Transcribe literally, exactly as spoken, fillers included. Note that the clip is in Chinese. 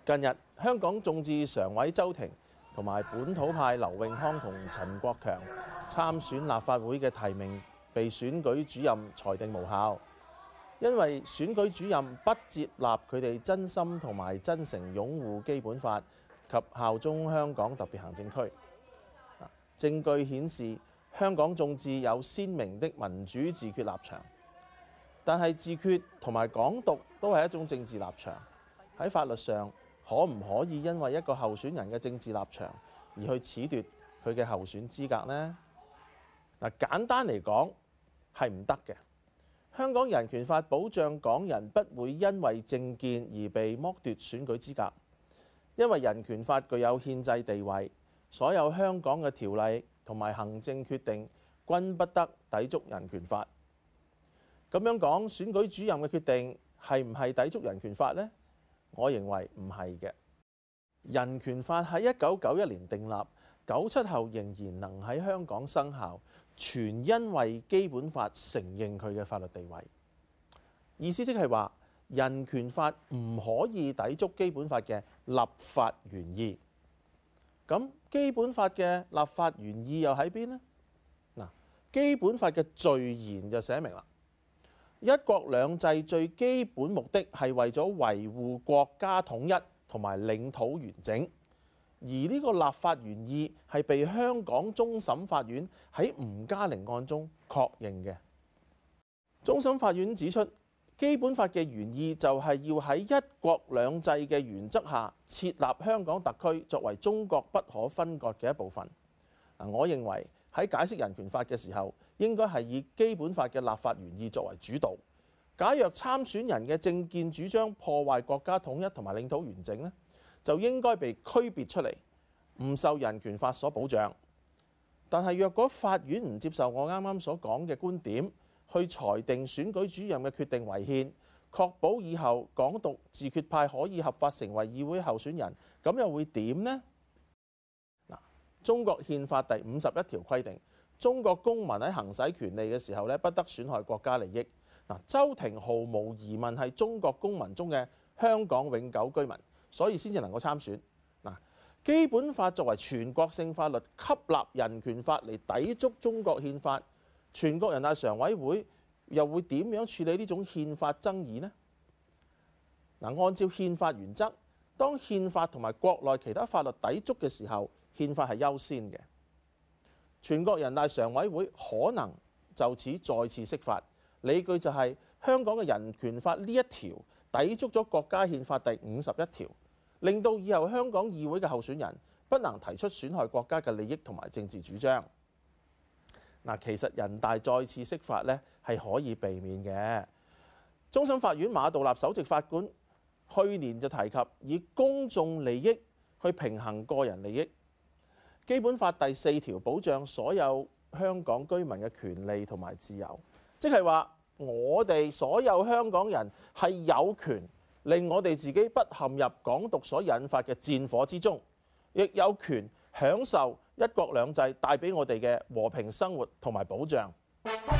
近日，香港眾志常委周庭同埋本土派劉永康同陳國強參選立法會嘅提名被選舉主任裁定無效，因為選舉主任不接納佢哋真心同埋真誠擁護基本法及效忠香港特別行政區。證據顯示，香港眾志有鮮明的民主自決立場，但係自決同埋港獨都係一種政治立場。喺法律上，可唔可以因為一個候選人嘅政治立場而去褫奪佢嘅候選資格呢？嗱，簡單嚟講係唔得嘅。香港人權法保障港人不會因為政見而被剝奪選舉資格，因為人權法具有憲制地位，所有香港嘅條例同埋行政決定均不得抵觸人權法。咁樣講，選舉主任嘅決定係唔係抵觸人權法呢？我認為唔係嘅。人權法喺一九九一年訂立，九七後仍然能喺香港生效，全因為基本法承認佢嘅法律地位。意思即係話，人權法唔可以抵觸基本法嘅立法原意。咁基本法嘅立法原意又喺邊呢？嗱，基本法嘅序言就寫明啦。一國兩制最基本目的係為咗維護國家統一同埋領土完整，而呢個立法原意係被香港終審法院喺吳嘉玲案中確認嘅。終審法院指出，基本法嘅原意就係要喺一國兩制嘅原則下設立香港特區作為中國不可分割嘅一部分。嗱，我認為喺解釋人權法嘅時候，應該係以基本法嘅立法原意作為主導。假若參選人嘅政見主張破壞國家統一同埋領土完整呢，就應該被區別出嚟，唔受人權法所保障。但係若果法院唔接受我啱啱所講嘅觀點，去裁定選舉主任嘅決定違憲，確保以後港獨自決派可以合法成為議會候選人，咁又會點呢？嗱，中國憲法第五十一條規定，中國公民喺行使權利嘅時候咧，不得損害國家利益。嗱，周庭毫無疑問係中國公民中嘅香港永久居民，所以先至能夠參選。嗱，基本法作為全國性法律，吸納人權法嚟抵觸中國憲法，全國人大常委會又會點樣處理呢種憲法爭議呢？嗱，按照憲法原則，當憲法同埋國內其他法律抵觸嘅時候，憲法係優先嘅。全國人大常委會可能就此再次釋法，理據就係香港嘅人權法呢一條抵觸咗國家憲法第五十一條，令到以後香港議會嘅候選人不能提出損害國家嘅利益同埋政治主張。嗱，其實人大再次釋法呢係可以避免嘅。終審法院馬道立首席法官去年就提及以公眾利益去平衡個人利益。基本法第四條保障所有香港居民嘅權利同埋自由，即係話我哋所有香港人係有權令我哋自己不陷入港獨所引發嘅戰火之中，亦有權享受一國兩制帶俾我哋嘅和平生活同埋保障。